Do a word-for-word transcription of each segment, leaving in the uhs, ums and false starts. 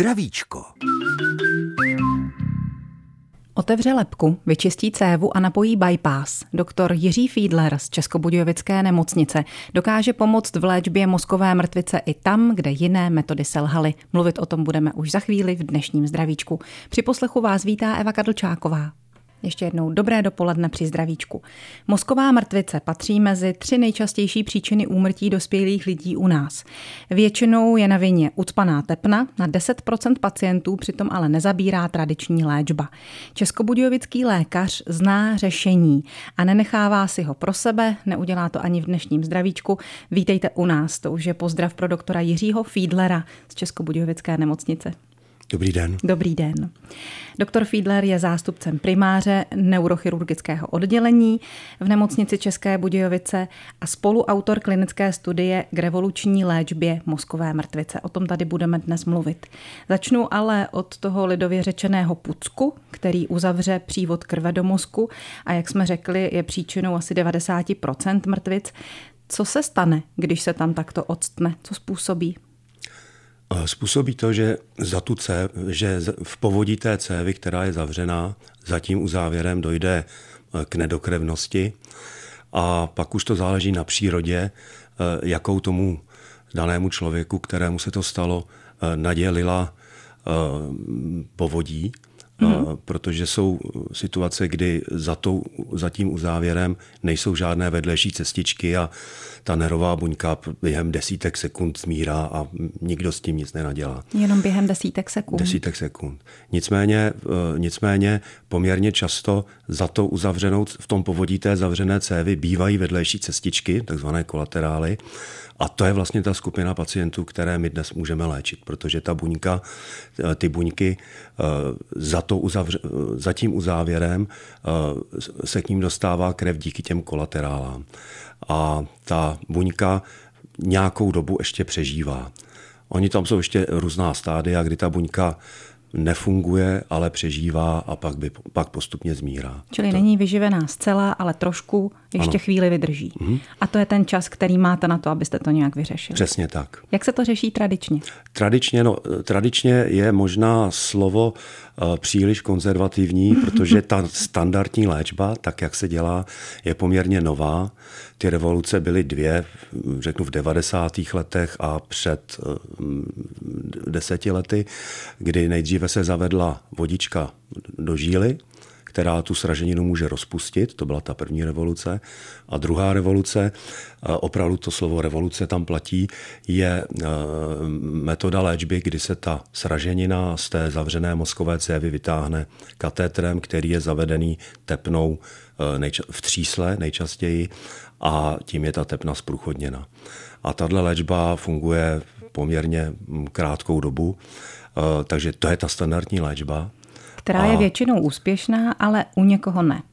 Zdravíčko. Otevře lebku, vyčistí cévu a napojí bypass. Doktor Jiří Fiedler z Českobudějovické nemocnice dokáže pomoct v léčbě mozkové mrtvice i tam, kde jiné metody selhaly. Mluvit o tom budeme už za chvíli v dnešním Zdravíčku. Při poslechu vás vítá Eva Kadlčáková. Ještě jednou dobré dopoledne při Zdravíčku. Mozková mrtvice patří mezi tři nejčastější příčiny úmrtí dospělých lidí u nás. Většinou je na vině ucpaná tepna, na deset procent pacientů přitom ale nezabírá tradiční léčba. Českobudějovický lékař zná řešení a nenechává si ho pro sebe, neudělá to ani v dnešním Zdravíčku. Vítejte u nás, to už je pozdrav pro doktora Jiřího Fiedlera z Českobudějovické nemocnice. Dobrý den. Dobrý den. Doktor Fiedler je zástupcem primáře neurochirurgického oddělení v nemocnici České Budějovice a spoluautor klinické studie k revoluční léčbě mozkové mrtvice. O tom tady budeme dnes mluvit. Začnu ale od toho lidově řečeného pucku, který uzavře přívod krve do mozku a jak jsme řekli, je příčinou asi devadesát procent mrtvic. Co se stane, když se tam takto octne? Co způsobí? Způsobí to, že za tu cév, že v povodí té cévy, která je zavřená, za tím uzávěrem dojde k nedokrevnosti a pak už to záleží na přírodě, jakou tomu danému člověku, kterému se to stalo, nadělila povodí. Mm-hmm. Protože jsou situace, kdy za, tou, za tím uzávěrem nejsou žádné vedlejší cestičky a ta nervová buňka během desítek sekund zmírá a nikdo s tím nic nenadělá. Jenom během desítek sekund? Desítek sekund. Nicméně, nicméně poměrně často za to uzavřenou v tom povodí té zavřené cévy bývají vedlejší cestičky, takzvané kolaterály. A to je vlastně ta skupina pacientů, které my dnes můžeme léčit, protože ta buňka, ty buňky za, to uzavře, za tím uzávěrem se k ním dostává krev díky těm kolaterálám. A ta buňka nějakou dobu ještě přežívá. Oni tam jsou ještě různá stádia, kdy ta buňka nefunguje, ale přežívá a pak, by, pak postupně zmírá. Čili to... není vyživená zcela, ale trošku ještě ano. chvíli vydrží. Mhm. A to je ten čas, který máte na to, abyste to nějak vyřešili. Přesně tak. Jak se to řeší tradičně? Tradičně, no, tradičně je možná slovo uh, příliš konzervativní, protože ta standardní léčba, tak jak se dělá, je poměrně nová. Ty revoluce byly dvě, řeknu v devadesátých letech a před uh, deseti lety, kdy nejdříve se zavedla vodička do žíly, která tu sraženinu může rozpustit, to byla ta první revoluce. A druhá revoluce, opravdu to slovo revoluce tam platí, je metoda léčby, kdy se ta sraženina z té zavřené mozkové cévy vytáhne katétrem, který je zavedený tepnou v třísle nejčastěji a tím je ta tepna zprůchodněna. A tahle léčba funguje poměrně krátkou dobu, takže to je ta standardní léčba. Která je většinou úspěšná, ale u někoho ne.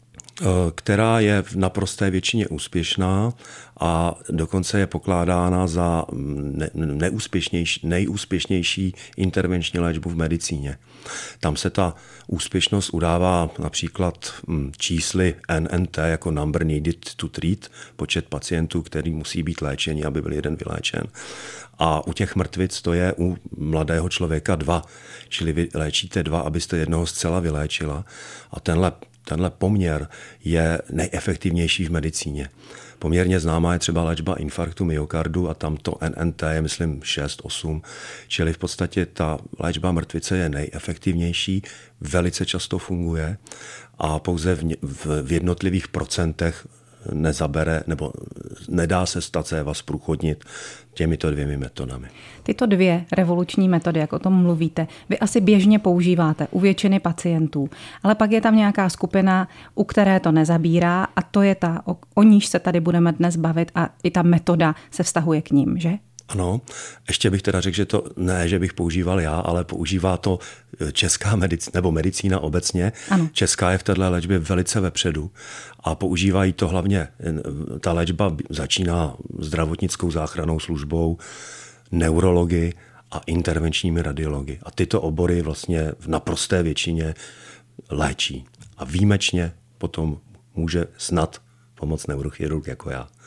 Která je v naprosté většině úspěšná a dokonce je pokládána za neúspěšnější, nejúspěšnější intervenční léčbu v medicíně. Tam se ta úspěšnost udává například čísly N N T jako number needed to treat, počet pacientů, který musí být léčeni, aby byl jeden vyléčen. A u těch mrtvic to je u mladého člověka dva, čili vy léčíte dva, abyste jednoho zcela vyléčila. A tenhle, tenhle poměr je nejefektivnější v medicíně. Poměrně známá je třeba léčba infarktu myokardu a tam to N N T je, myslím, šest osm, čili v podstatě ta léčba mrtvice je nejefektivnější, velice často funguje a pouze v, v jednotlivých procentech nezabere, nebo nedá se ta céva zprůchodnit těmito dvěmi metodami. Tyto dvě revoluční metody, jak o tom mluvíte, vy asi běžně používáte u většiny pacientů, ale pak je tam nějaká skupina, u které to nezabírá a to je ta, o, o níž se tady budeme dnes bavit a i ta metoda se vztahuje k ním, že? Ano, ještě bych teda řekl, že to ne, že bych používal já, ale používá to česká medicína, nebo medicína obecně. Ano. Česká je v této léčbě velice vepředu a používají to hlavně, ta léčba začíná zdravotnickou záchrannou službou, neurology a intervenčními radiology. A tyto obory vlastně v naprosté většině léčí. A výjimečně potom může snad pomoct neurochirurg jako já.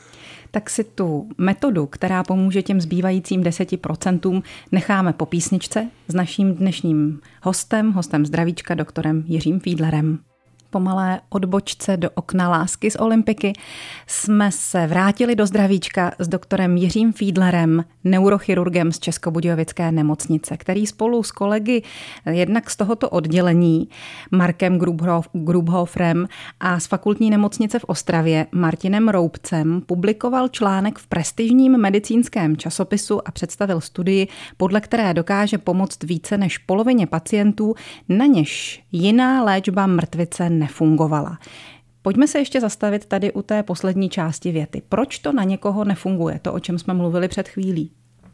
Tak si tu metodu, která pomůže těm zbývajícím deseti procentům, necháme po písničce s naším dnešním hostem, hostem zdravíčka, doktorem Jiřím Fiedlerem. Po malé odbočce do okna lásky z Olympiky jsme se vrátili do zdravíčka s doktorem Jiřím Fiedlerem, neurochirurgem z Českobudějovické nemocnice, který spolu s kolegy jednak z tohoto oddělení, Markem Grubhoferem a z fakultní nemocnice v Ostravě, Martinem Roubcem, publikoval článek v prestižním medicínském časopisu a představil studii, podle které dokáže pomoct více než polovině pacientů, na něž jiná léčba mrtvice nefungovala. Pojďme se ještě zastavit tady u té poslední části věty. Proč to na někoho nefunguje? To, o čem jsme mluvili před chvílí.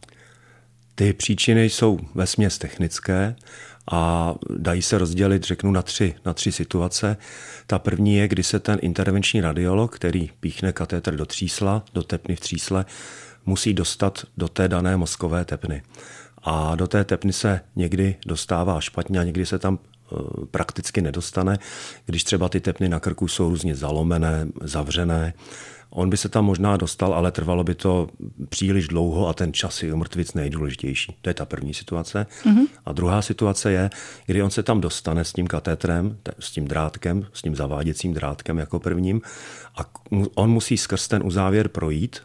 Ty příčiny jsou vesměs technické a dají se rozdělit, řeknu, na tři, na tři situace. Ta první je, kdy se ten intervenční radiolog, který píchne katéter do třísla, do tepny v třísle, musí dostat do té dané mozkové tepny. A do té tepny se někdy dostává špatně a někdy se tam prakticky nedostane, když třeba ty tepny na krku jsou různě zalomené, zavřené. On by se tam možná dostal, ale trvalo by to příliš dlouho a ten čas je u mrtvic nejdůležitější. To je ta první situace. Mm-hmm. A druhá situace je, kdy on se tam dostane s tím katétrem, s tím drátkem, s tím zaváděcím drátkem jako prvním a on musí skrz ten uzávěr projít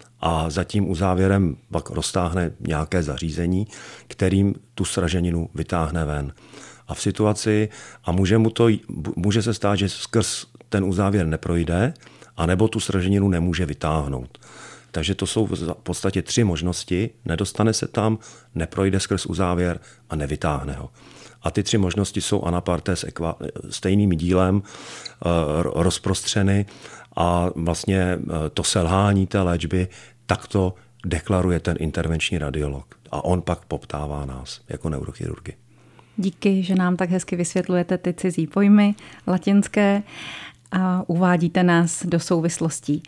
a za tím uzávěrem pak roztáhne nějaké zařízení, kterým tu sraženinu vytáhne ven. A v situaci, a může, mu to, může se stát, že skrz ten uzávěr neprojde, anebo tu sraženinu nemůže vytáhnout. Takže to jsou v podstatě tři možnosti. Nedostane se tam, neprojde skrz uzávěr a nevytáhne ho. A ty tři možnosti jsou anaparté s ekva, stejným dílem e, rozprostřeny a vlastně to selhání té léčby takto deklaruje ten intervenční radiolog. A on pak poptává nás jako neurochirurgy. Díky, že nám tak hezky vysvětlujete ty cizí pojmy latinské a uvádíte nás do souvislostí.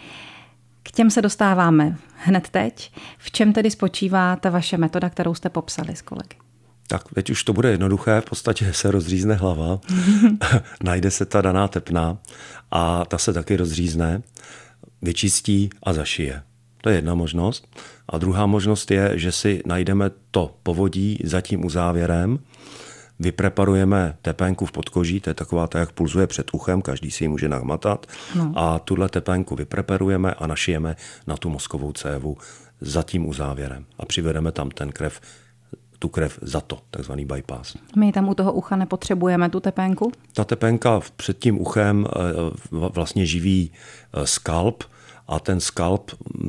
K těm se dostáváme hned teď. V čem tedy spočívá ta vaše metoda, kterou jste popsali s kolegy? Tak teď už to bude jednoduché, v podstatě se rozřízne hlava, najde se ta daná tepna a ta se taky rozřízne, vyčistí a zašije. To je jedna možnost. A druhá možnost je, že si najdeme to povodí za tím uzávěrem, vypreparujeme tepénku v podkoží, to je taková, tak jak pulzuje před uchem, každý si ji může nahmatat. No. A tuhle tepénku vypreparujeme a našijeme na tu mozkovou cévu za tím uzávěrem. A přivedeme tam ten krev, tu krev za to, takzvaný bypass. My tam u toho ucha nepotřebujeme tu tepénku? Ta tepénka před tím uchem vlastně živí skalp, a ten skalp,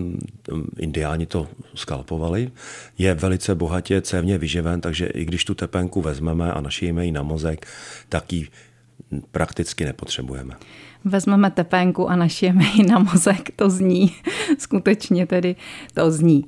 indiáni to skalpovali, je velice bohatě cévně vyživen, takže i když tu tepénku vezmeme a našijeme ji na mozek, tak ji prakticky nepotřebujeme. Vezmeme tepénku a našijeme ji na mozek, to zní, skutečně tedy to zní.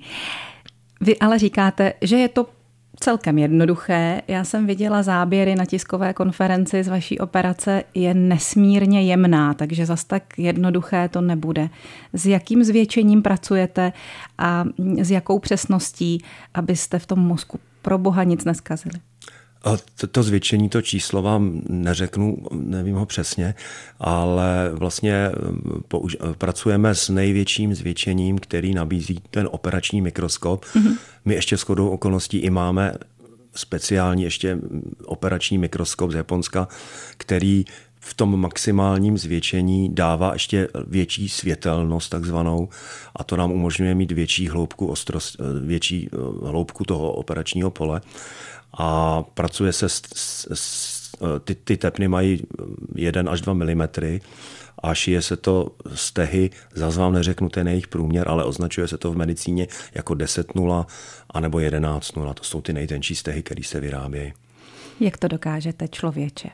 Vy ale říkáte, že je to celkem jednoduché. Já jsem viděla záběry na tiskové konferenci z vaší operace, je nesmírně jemná, takže zas tak jednoduché to nebude. S jakým zvětšením pracujete a s jakou přesností, abyste v tom mozku pro boha nic neskazili? To, to zvětšení, to číslo vám neřeknu, nevím ho přesně, ale vlastně použ- pracujeme s největším zvětšením, který nabízí ten operační mikroskop. Mm-hmm. My ještě shodou okolností i máme speciální ještě operační mikroskop z Japonska, který v tom maximálním zvětšení dává ještě větší světelnost takzvanou a to nám umožňuje mít větší hloubku, ostrost, větší hloubku toho operačního pole. A pracuje se, s, s, s, ty, ty tepny mají jedna až dva milimetry a šije se to stehy, zase vám neřeknu ten jejich průměr, ale označuje se to v medicíně jako deset nula anebo jedenáct nula. To jsou ty nejtenčí stehy, které se vyrábějí. Jak to dokážete, člověče?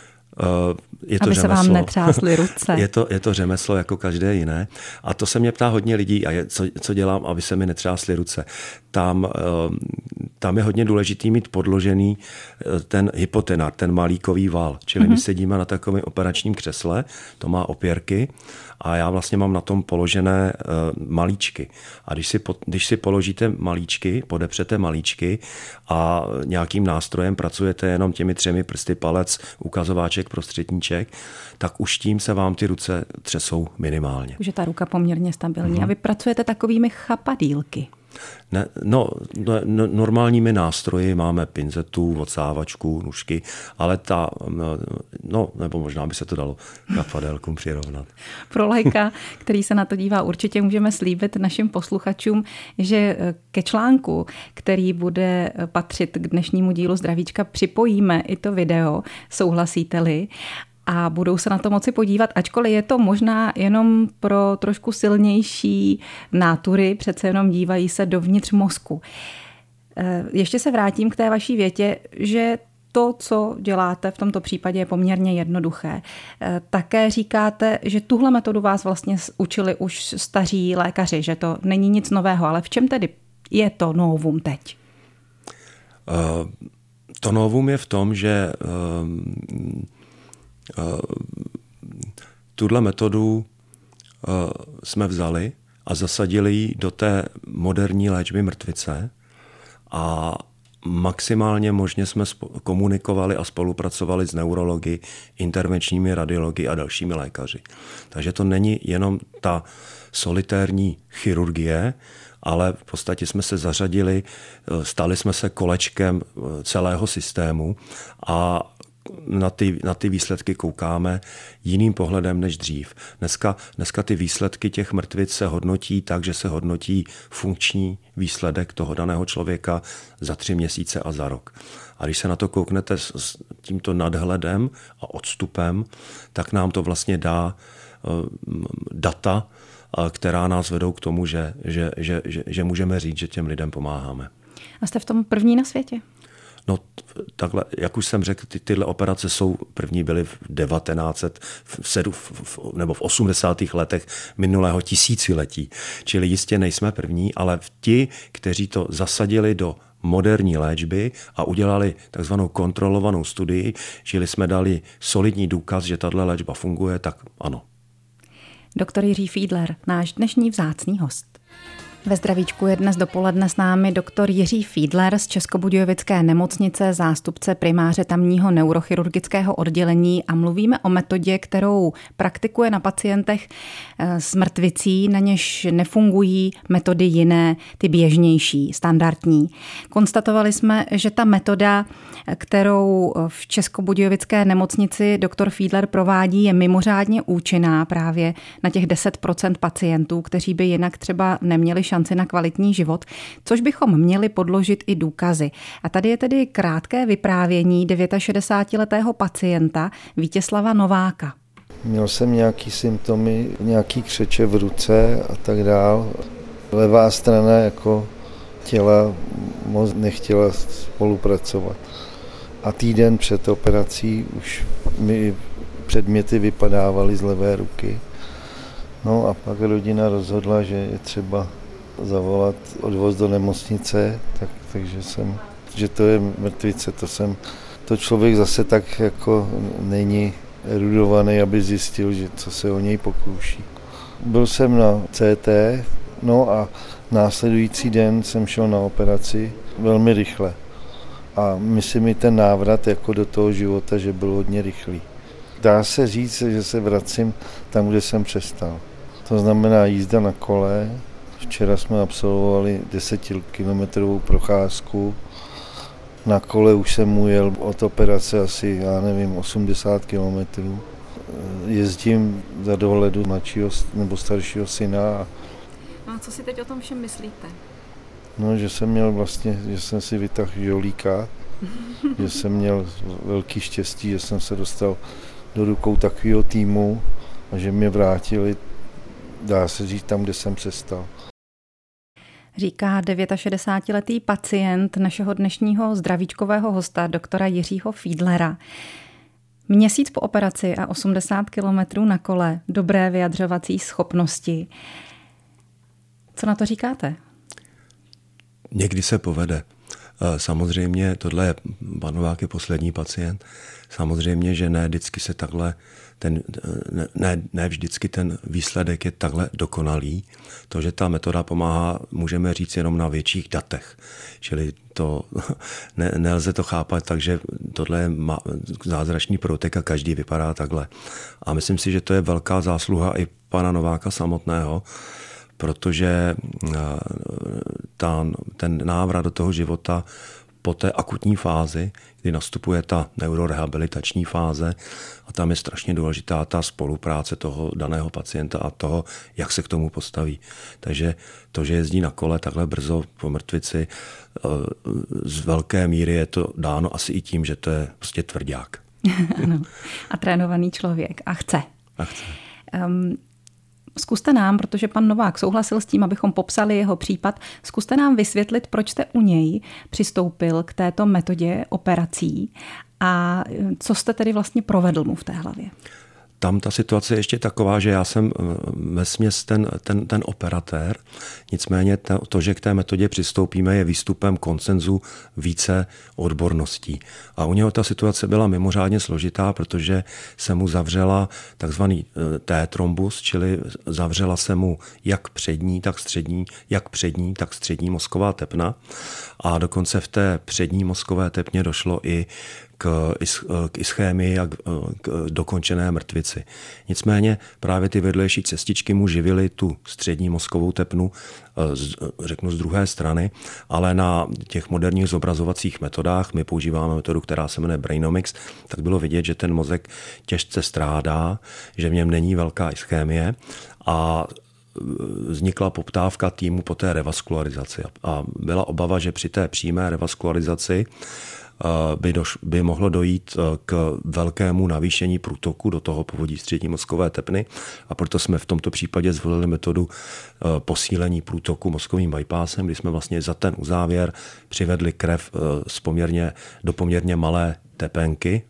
Je to aby řemeslo. se vám netřásly ruce. je, to, je to řemeslo jako každé jiné. A to se mě ptá hodně lidí, a je, co, co dělám, aby se mi netřásly ruce. Tam tam je hodně důležitý mít podložený ten hypotenar, ten malíkový val. Čili mm-hmm. my sedíme na takovém operačním křesle, to má opěrky a já vlastně mám na tom položené uh, malíčky. A když si, po, když si položíte malíčky, podepřete malíčky a nějakým nástrojem pracujete jenom těmi třemi prsty, palec, ukazováček, prostředníček, tak už tím se vám ty ruce třesou minimálně. Už je ta ruka poměrně stabilní. Mm-hmm. A vy pracujete takovými chapadýlky. Ne, no, no, normálními nástroji máme pinzetu, odsávačku, nůžky, ale ta, no, nebo možná by se to dalo chapadélkům přirovnat. Pro laika, který se na to dívá, určitě můžeme slíbit našim posluchačům, že ke článku, který bude patřit k dnešnímu dílu Zdravíčka, připojíme i to video, souhlasíte-li, a budou se na to moci podívat, ačkoliv je to možná jenom pro trošku silnější nátury, přece jenom dívají se dovnitř mozku. Ještě se vrátím k té vaší větě, že to, co děláte v tomto případě, je poměrně jednoduché. Také říkáte, že tuhle metodu vás vlastně učili už staří lékaři, že to není nic nového, ale v čem tedy je to novum teď? Uh, to novum je v tom, že uh, tuhle metodu jsme vzali a zasadili ji do té moderní léčby mrtvice a maximálně možně jsme komunikovali a spolupracovali s neurology, intervenčními radiology a dalšími lékaři. Takže to není jenom ta solitérní chirurgie, ale v podstatě jsme se zařadili, stali jsme se kolečkem celého systému a Na ty, na ty výsledky koukáme jiným pohledem než dřív. Dneska, dneska ty výsledky těch mrtvic se hodnotí tak, že se hodnotí funkční výsledek toho daného člověka za tři měsíce a za rok. A když se na to kouknete s, s tímto nadhledem a odstupem, tak nám to vlastně dá uh, data, uh, která nás vedou k tomu, že, že, že, že, že můžeme říct, že těm lidem pomáháme. A jste v tom první na světě? No takhle, jak už jsem řekl, ty, tyhle operace jsou, první byly v devatenáct set nebo v osmdesátých letech minulého tisíciletí. Čili jistě nejsme první, ale ti, kteří to zasadili do moderní léčby a udělali takzvanou kontrolovanou studii, čili jsme dali solidní důkaz, že tato léčba funguje, tak ano. Doktor Jiří Fiedler, náš dnešní vzácný host. Ve Zdravíčku je dnes dopoledne s námi doktor Jiří Fiedler z Českobudějovické nemocnice, zástupce primáře tamního neurochirurgického oddělení a mluvíme o metodě, kterou praktikuje na pacientech s mrtvicí, na něž nefungují metody jiné, ty běžnější, standardní. Konstatovali jsme, že ta metoda, kterou v Českobudějovické nemocnici doktor Fiedler provádí, je mimořádně účinná právě na těch deset procent pacientů, kteří by jinak třeba neměli šanci na kvalitní život, což bychom měli podložit i důkazy. A tady je tedy krátké vyprávění šedesátiletého pacienta Vítězslava Nováka. Měl jsem nějaký symptomy, nějaký křeče v ruce a tak dál. Levá strana jako těla moc nechtěla spolupracovat. A týden před operací už mi předměty vypadávaly z levé ruky. No a pak rodina rozhodla, že je třeba zavolat odvoz do nemocnice, tak, takže jsem, že to je mrtvice, to jsem, to člověk zase tak jako není erudovaný, aby zjistil, že co se o něj pokouší. Byl jsem na C T, no a následující den jsem šel na operaci velmi rychle. A myslím mi ten návrat jako do toho života, že byl hodně rychlý. Dá se říct, že se vracím tam, kde jsem přestal. To znamená jízda na kole. Včera jsme absolvovali desetikilometrovou procházku. Na kole už jsem ujel od operace asi, já nevím, osmdesát kilometrů. Jezdím za dohledu mladšího nebo staršího syna. A co si teď o tom všem myslíte? No, že jsem měl vlastně, že jsem si vytáhl žolíka, že jsem měl velký štěstí, že jsem se dostal do rukou takového týmu a že mě vrátili, dá se říct, tam, kde jsem přestal. Říká šedesátiletý pacient našeho dnešního zdravíčkového hosta, doktora Jiřího Fiedlera. Měsíc po operaci a osmdesát kilometrů na kole, dobré vyjadřovací schopnosti. Co na to říkáte? Někdy se povede. Samozřejmě, tohle je, pan Novák je poslední pacient, samozřejmě, že ne vždycky se takhle, ten, ne, ne vždycky ten výsledek je takhle dokonalý. To, že ta metoda pomáhá, můžeme říct jenom na větších datech. Čili to ne, nelze to chápat tak, že tohle je zázračný průtek a každý vypadá takhle. A myslím si, že to je velká zásluha i pana Nováka samotného, protože ta, ten návrat do toho života po té akutní fázi, kdy nastupuje ta neurorehabilitační fáze a tam je strašně důležitá ta spolupráce toho daného pacienta a toho, jak se k tomu postaví. Takže to, že jezdí na kole takhle brzo po mrtvici, z velké míry je to dáno asi i tím, že to je prostě tvrdák. Ano. A trénovaný člověk. A chce. A chce. Um, Zkuste nám, protože pan Novák souhlasil s tím, abychom popsali jeho případ, zkuste nám vysvětlit, proč jste u něj přistoupil k této metodě operací a co jste tedy vlastně provedl mu v té hlavě. Tam ta situace je ještě taková, že já jsem vesměs ten, ten, ten operatér, nicméně to, to, že k té metodě přistoupíme, je výstupem konsenzu více odborností. A u něho ta situace byla mimořádně složitá, protože se mu zavřela takzvaný T-trombus, čili zavřela se mu jak přední, tak střední, jak přední, tak střední mozková tepna. A dokonce v té přední mozkové tepně došlo i k, k ischémii a k, k dokončené mrtvici. Nicméně právě ty vedlejší cestičky mu živily tu střední mozkovou tepnu, řeknu z druhé strany, ale na těch moderních zobrazovacích metodách, my používáme metodu, která se jmenuje Brainomics, tak bylo vidět, že ten mozek těžce strádá, že v něm není velká ischémie a vznikla poptávka týmu po té revaskularizaci. A byla obava, že při té přímé revaskularizaci by, doš, by mohlo dojít k velkému navýšení průtoku do toho povodí střední mozkové tepny a proto jsme v tomto případě zvolili metodu posílení průtoku mozkovým bypassem, kdy jsme vlastně za ten uzávěr přivedli krev z poměrně, do poměrně malé tepenky.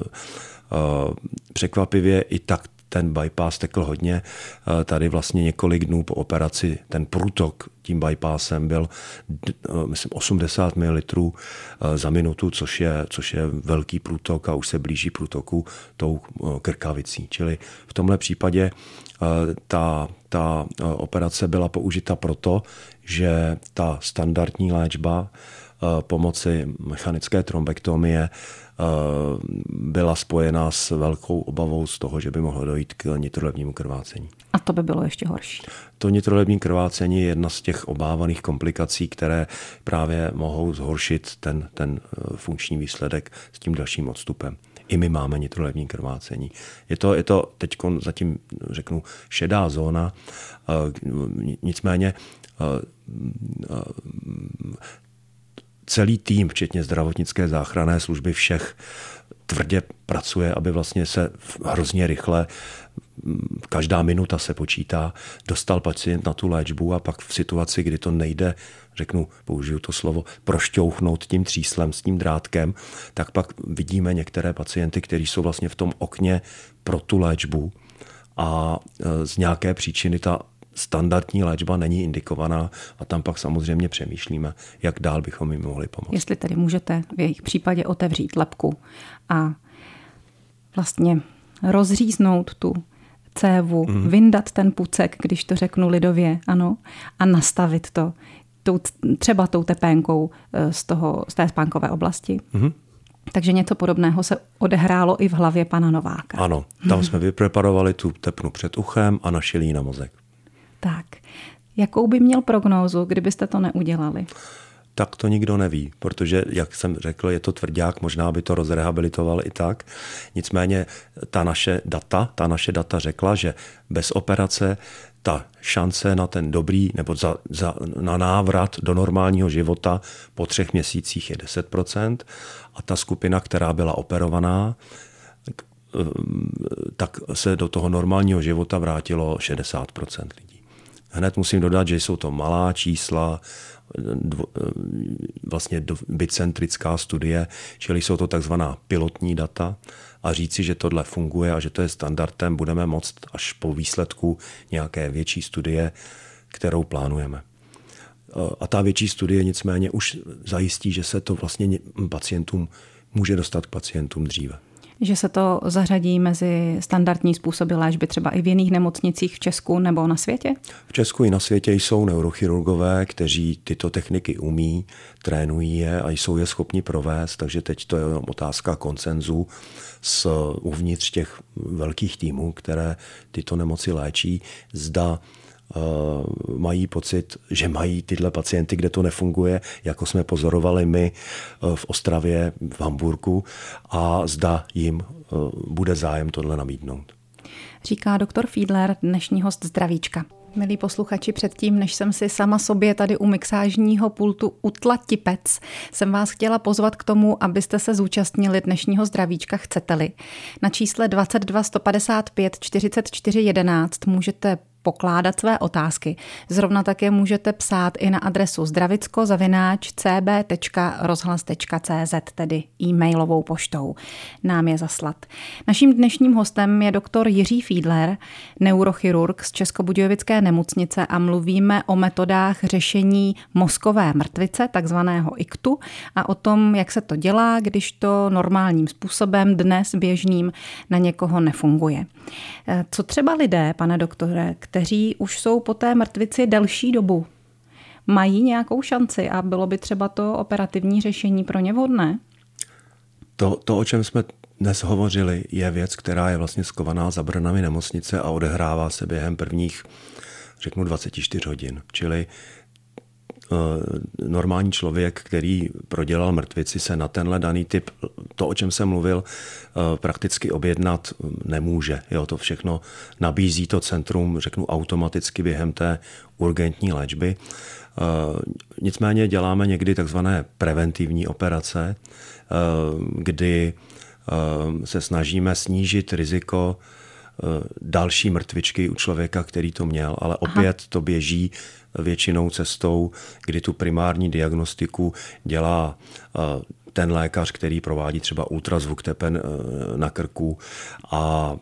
Překvapivě i tak ten bypass tekl hodně. Tady vlastně několik dnů po operaci ten průtok tím bypassem byl, myslím, osmdesát mililitrů za minutu, což je, což je velký průtok a už se blíží průtoku tou krkavicí. Čili v tomhle případě ta, ta operace byla použita proto, že ta standardní léčba pomoci mechanické trombektomie byla spojená s velkou obavou z toho, že by mohlo dojít k nitrolevnímu krvácení. A to by bylo ještě horší. To nitrolevní krvácení je jedna z těch obávaných komplikací, které právě mohou zhoršit ten, ten funkční výsledek s tím dalším odstupem. I my máme nitrolevní krvácení. Je to, je to teď zatím, řeknu, šedá zóna, nicméně celý tým, včetně zdravotnické záchranné služby, všech tvrdě pracuje, aby vlastně se hrozně rychle, každá minuta se počítá, dostal pacient na tu léčbu a pak v situaci, kdy to nejde, řeknu, použiju to slovo, prošťouchnout tím tříslem s tím drátkem, tak pak vidíme některé pacienty, kteří jsou vlastně v tom okně pro tu léčbu a z nějaké příčiny ta standardní léčba není indikovaná a tam pak samozřejmě přemýšlíme, jak dál bychom jim mohli pomoct. Jestli tedy můžete v jejich případě otevřít lebku a vlastně rozříznout tu cévu, mm. vyndat ten pucek, když to řeknu lidově, ano, a nastavit to tou, třeba tou tepénkou z, toho, z té spánkové oblasti. Mm. Takže něco podobného se odehrálo i v hlavě pana Nováka. Ano, tam mm. jsme vypreparovali tu tepnu před uchem a našili ji na mozek. Tak, jakou by měl prognózu, kdybyste to neudělali? Tak to nikdo neví, protože, jak jsem řekl, je to tvrdák, možná by to rozrehabilitoval i tak. Nicméně ta naše data, ta naše data řekla, že bez operace ta šance na ten dobrý, nebo za, za, na návrat do normálního života po třech měsících je deset procent a ta skupina, která byla operovaná, tak se do toho normálního života vrátilo šedesát procent lidí. Hned musím dodat, že jsou to malá čísla, dvo, vlastně bicentrická studie, čili jsou to takzvaná pilotní data a říci, že tohle funguje a že to je standardem, budeme moct až po výsledku nějaké větší studie, kterou plánujeme. A ta větší studie nicméně už zajistí, že se to vlastně pacientům může dostat k pacientům dříve. Že se to zařadí mezi standardní způsoby léčby třeba i v jiných nemocnicích v Česku nebo na světě? V Česku i na světě jsou neurochirurgové, kteří tyto techniky umí, trénují je a jsou je schopni provést, takže teď to je jenom otázka konsenzu s uvnitř těch velkých týmů, které tyto nemoci léčí, zda Uh, mají pocit, že mají tyhle pacienty, kde to nefunguje, jako jsme pozorovali my uh, v Ostravě, v Hamburku, a zda jim uh, bude zájem tohle nabídnout. Říká doktor Fiedler, dnešní host Zdravíčka. Milí posluchači, předtím, než jsem si sama sobě tady u mixážního pultu utla tipec, jsem vás chtěla pozvat k tomu, abyste se zúčastnili dnešního Zdravíčka, chcete-li. Na čísle dvacet dva sto padesát pět čtyřicet čtyři jedenáct můžete pokládat své otázky. Zrovna také můžete psát i na adresu zdravicko zavináč c b tečka rozhlas tečka c z, tedy e-mailovou poštou. Nám je zaslat. Naším dnešním hostem je doktor Jiří Fiedler, neurochirurg z Českobudějovické nemocnice, a mluvíme o metodách řešení mozkové mrtvice, takzvaného I C T U, a o tom, jak se to dělá, když to normálním způsobem, dnes běžným, na někoho nefunguje. Co třeba lidé, pane doktore, kteří už jsou po té mrtvici delší dobu, mají nějakou šanci a bylo by třeba to operativní řešení pro ně vhodné? To, to, o čem jsme dnes hovořili, je věc, která je vlastně skovaná za brnami nemocnice a odehrává se během prvních, řeknu, dvacet čtyři hodin. Čili normální člověk, který prodělal mrtvici, se na tenhle daný typ, to, o čem jsem mluvil, prakticky objednat nemůže. Jo, to všechno nabízí to centrum, řeknu, automaticky během té urgentní léčby. Nicméně děláme někdy takzvané preventivní operace, kdy se snažíme snížit riziko další mrtvičky u člověka, který to měl, ale opět Aha. to běží většinou cestou, kdy tu primární diagnostiku dělá ten lékař, který provádí třeba ultrazvuk tepen na krku a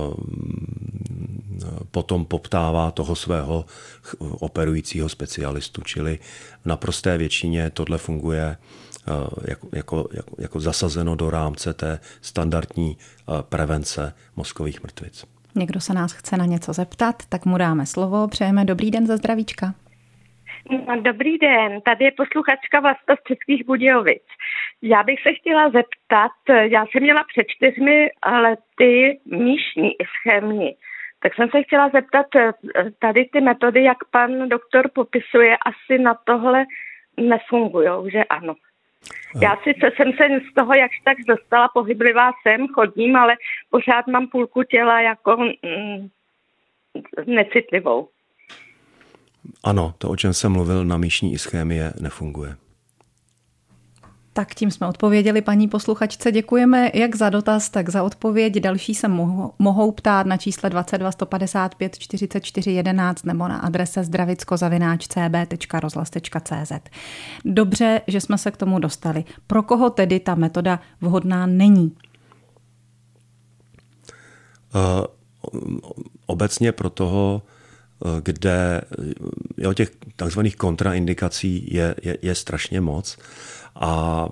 potom poptává toho svého operujícího specialistu. Čili v naprosté většině tohle funguje jako, jako, jako, jako zasazeno do rámce té standardní prevence mozkových mrtvic. Někdo se nás chce na něco zeptat, tak mu dáme slovo. Přejeme dobrý den ze Zdravíčka. No, dobrý den, tady je posluchačka Vlasta z Českých Budějovic. Já bych se chtěla zeptat, já jsem měla před čtyřmi lety míšní ischemii, tak jsem se chtěla zeptat, tady ty metody, jak pan doktor popisuje, asi na tohle nefungujou, že ano? Já sice jsem se z toho jakž tak dostala, pohyblivá jsem, chodím, ale pořád mám půlku těla jako mm, necitlivou. Ano, to, o čem jsem mluvil, na míšní ischémie nefunguje. Tak tím jsme odpověděli paní posluchačce. Děkujeme jak za dotaz, tak za odpověď. Další se mohou, mohou ptát na čísle dvacet dva sto padesát pět čtyřicet čtyři jedenáct nebo na adrese zdravicko zavináč c b tečka rozhlas tečka c z. Dobře, že jsme se k tomu dostali. Pro koho tedy ta metoda vhodná není? Uh, obecně pro toho, kde jo, těch takzvaných kontraindikací je, je, je strašně moc. A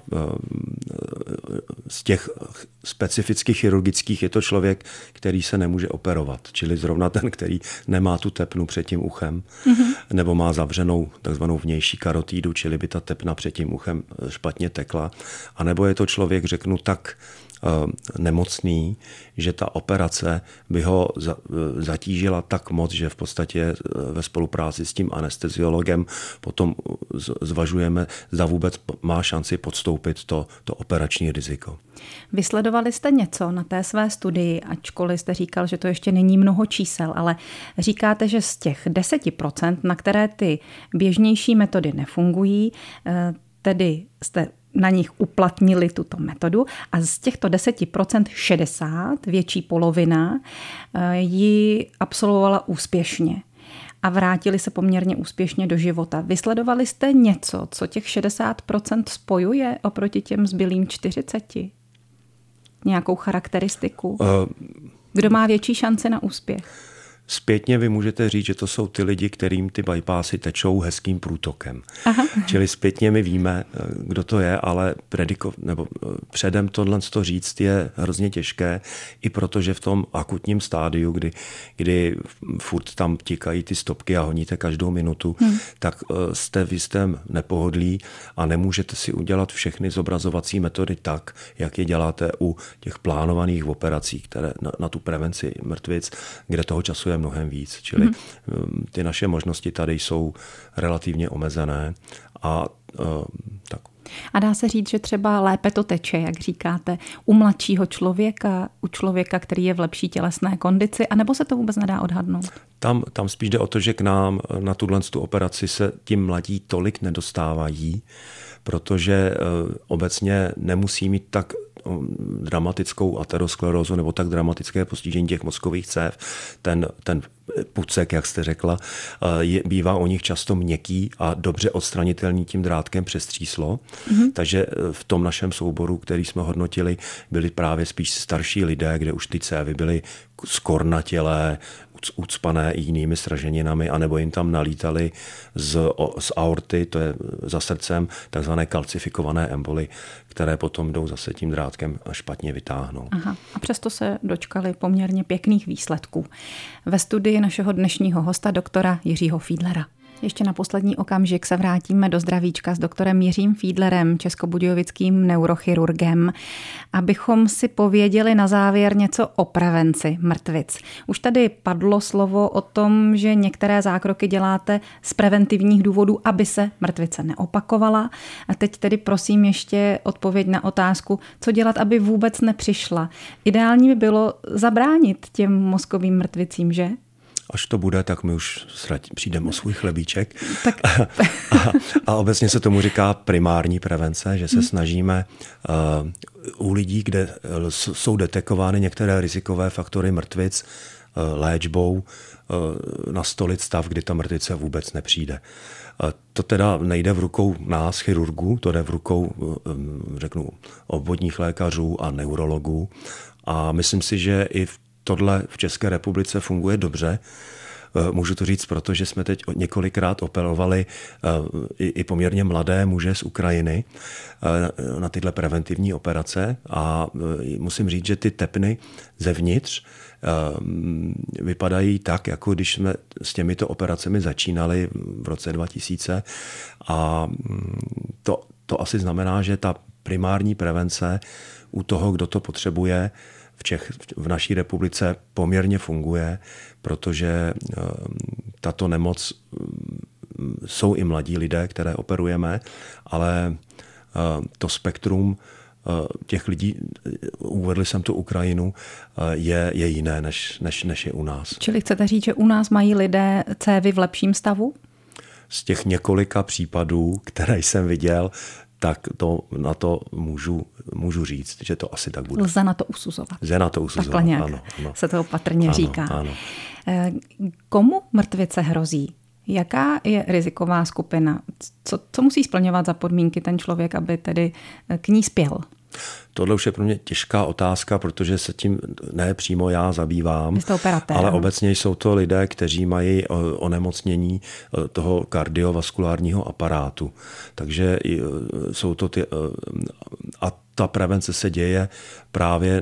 z těch specifických chirurgických je to člověk, který se nemůže operovat. Čili zrovna ten, který nemá tu tepnu před tím uchem, mm-hmm. nebo má zavřenou takzvanou vnější karotídu, čili by ta tepna před tím uchem špatně tekla. A nebo je to člověk, řeknu, tak nemocný, že ta operace by ho zatížila tak moc, že v podstatě ve spolupráci s tím anesteziologem potom zvažujeme, zda vůbec má šanci podstoupit to, to operační riziko. Vysledovali jste něco na té své studii, ačkoliv jste říkal, že to ještě není mnoho čísel, ale říkáte, že z těch deset procent, na které ty běžnější metody nefungují, tedy jste na nich uplatnili tuto metodu a z těchto deset procent šedesát, větší polovina, ji absolvovala úspěšně a vrátili se poměrně úspěšně do života. Vysledovali jste něco, co těch šedesát procent spojuje oproti těm zbylým čtyřiceti? Nějakou charakteristiku? Kdo má větší šanci na úspěch? Zpětně vy můžete říct, že to jsou ty lidi, kterým ty bypassy tečou hezkým průtokem. Aha. Čili zpětně my víme, kdo to je, ale prediko, nebo předem tohle to říct je hrozně těžké, i protože v tom akutním stádiu, kdy, kdy furt tam tikají ty stopky a honíte každou minutu, hmm. tak jste v jistém nepohodlí a nemůžete si udělat všechny zobrazovací metody tak, jak je děláte u těch plánovaných operací, které na, na tu prevenci mrtvic, kde toho času je mnohem víc. Čili hmm. ty naše možnosti tady jsou relativně omezené a uh, tak. A dá se říct, že třeba lépe to teče, jak říkáte, u mladšího člověka, u člověka, který je v lepší tělesné kondici, anebo se to vůbec nedá odhadnout? Tam, tam spíš jde o to, že k nám na tuhle tu operaci se ti mladí tolik nedostávají, protože uh, obecně nemusí mít tak dramatickou aterosklerózu nebo tak dramatické postižení těch mozkových cév. Ten, ten pucek, jak jste řekla, je, bývá u nich často měkký a dobře odstranitelný tím drátkem přes tříslo. Mm-hmm. Takže v tom našem souboru, který jsme hodnotili, byli právě spíš starší lidé, kde už ty cévy byly skornatělé, ucpané i jinými sraženinami, anebo jim tam nalítali z, z aorty, to je za srdcem, takzvané kalcifikované emboly, které potom jdou zase tím drátkem a špatně vytáhnou. Aha. A přesto se dočkali poměrně pěkných výsledků. Ve studii našeho dnešního hosta, doktora Jiřího Fiedlera. Ještě na poslední okamžik se vrátíme do zdravíčka s doktorem Jiřím Fiedlerem, českobudějovickým neurochirurgem, abychom si pověděli na závěr něco o prevenci mrtvic. Už tady padlo slovo o tom, že některé zákroky děláte z preventivních důvodů, aby se mrtvice neopakovala. A teď tedy prosím ještě odpověď na otázku, co dělat, aby vůbec nepřišla. Ideální by bylo zabránit těm mozkovým mrtvicím, že? Až to bude, tak my už přijdeme o svůj chlebíček. Tak. A, a obecně se tomu říká primární prevence, že se hmm. snažíme uh, u lidí, kde jsou detekovány některé rizikové faktory mrtvic, uh, léčbou, uh, nastolit stav, kdy ta mrtvice vůbec nepřijde. Uh, to teda nejde v rukou nás, chirurgů, to jde v rukou, uh, řeknu, obvodních lékařů a neurologů. A myslím si, že i v tohle v České republice funguje dobře. Můžu to říct, protože jsme teď několikrát operovali i poměrně mladé muže z Ukrajiny na tyhle preventivní operace a musím říct, že ty tepny zevnitř vypadají tak, jako když jsme s těmito operacemi začínali v roce dva tisíce a to, to asi znamená, že ta primární prevence u toho, kdo to potřebuje, v Čech, v naší republice poměrně funguje, protože tato nemoc jsou i mladí lidé, které operujeme, ale to spektrum těch lidí, uvedl jsem tu Ukrajinu, je, je jiné, než, než, než je u nás. Čili chcete říct, že u nás mají lidé cévy v lepším stavu? Z těch několika případů, které jsem viděl, tak to, na to můžu, můžu říct, že to asi tak bude. Lze na to usuzovat. Lze na to usuzovat, takhle nějak ano, ano. se to opatrně ano, říká. Ano. Komu mrtvice hrozí? Jaká je riziková skupina? Co, co musí splňovat za podmínky ten člověk, aby tedy k ní spěl? Tohle už je pro mě těžká otázka, protože se tím ne přímo já zabývám, operatér, ale no. Obecně jsou to lidé, kteří mají onemocnění toho kardiovaskulárního aparátu. Takže jsou to ty... A ta prevence se děje právě...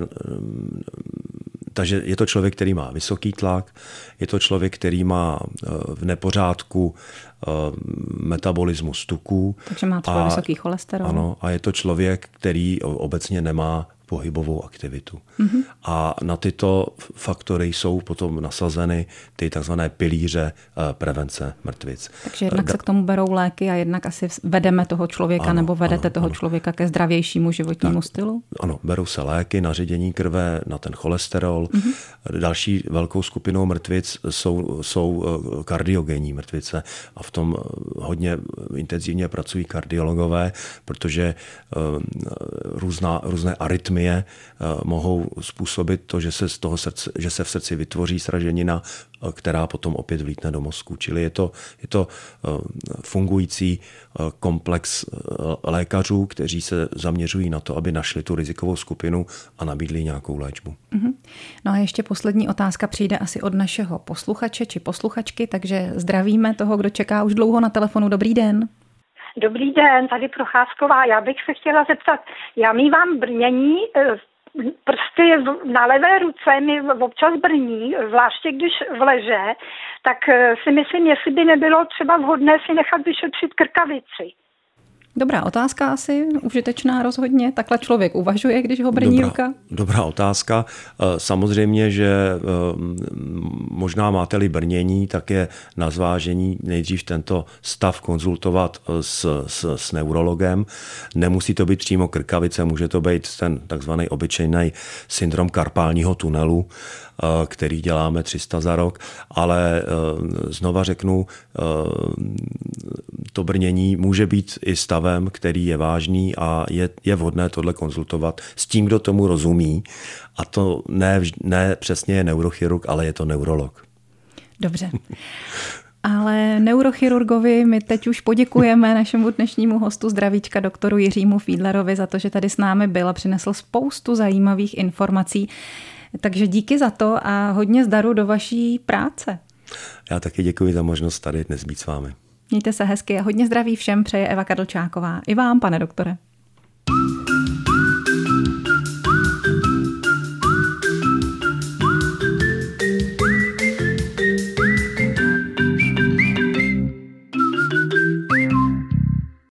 Takže je to člověk, který má vysoký tlak, je to člověk, který má v nepořádku metabolismus tuků. Takže má třeba a, vysoký cholesterol. Ano, a je to člověk, který obecně nemá pohybovou aktivitu. Mm-hmm. A na tyto faktory jsou potom nasazeny ty takzvané pilíře prevence mrtvic. Takže jednak se k tomu berou léky a jednak asi vedeme toho člověka ano, nebo vedete ano, toho ano. člověka ke zdravějšímu životnímu tak, stylu? Ano, berou se léky na ředění krve, na ten cholesterol. Mm-hmm. Další velkou skupinou mrtvic jsou, jsou kardiogenní mrtvice a v tom hodně intenzivně pracují kardiologové, protože různá, různé arytmie arytmie mohou způsobit to, že se, z toho srdce, že se v srdci vytvoří sraženina, která potom opět vlítne do mozku. Čili je to, je to fungující komplex lékařů, kteří se zaměřují na to, aby našli tu rizikovou skupinu a nabídli nějakou léčbu. Mm-hmm. No a ještě poslední otázka přijde asi od našeho posluchače či posluchačky, takže zdravíme toho, kdo čeká už dlouho na telefonu. Dobrý den. Dobrý den, tady Procházková. Já bych se chtěla zeptat, já mívám brnění, prsty na levé ruce mi občas brní, zvláště když vleže, tak si myslím, jestli by nebylo třeba vhodné si nechat vyšetřit krkavici. Dobrá otázka asi, užitečná rozhodně. Takhle člověk uvažuje, když ho brní dobrá, ruka. Dobrá otázka. Samozřejmě, že možná máte-li brnění, tak je na zvážení nejdřív tento stav konzultovat s, s, s neurologem. Nemusí to být přímo krkavice, může to být ten takzvaný obyčejný syndrom karpálního tunelu, který děláme tři sta za rok, ale znova řeknu, to brnění může být i stavem, který je vážný a je, je vhodné tohle konzultovat s tím, kdo tomu rozumí. A to ne, ne přesně je neurochirurg, ale je to neurolog. Dobře. Ale neurochirurgovi my teď už poděkujeme našemu dnešnímu hostu zdravíčka doktoru Jiřímu Fiedlerovi za to, že tady s námi byl a přinesl spoustu zajímavých informací. Takže díky za to a hodně zdaru do vaší práce. Já taky děkuji za možnost tady dnes být s vámi. Mějte se hezky a hodně zdraví všem přeje Eva Kadlčáková. I vám, pane doktore.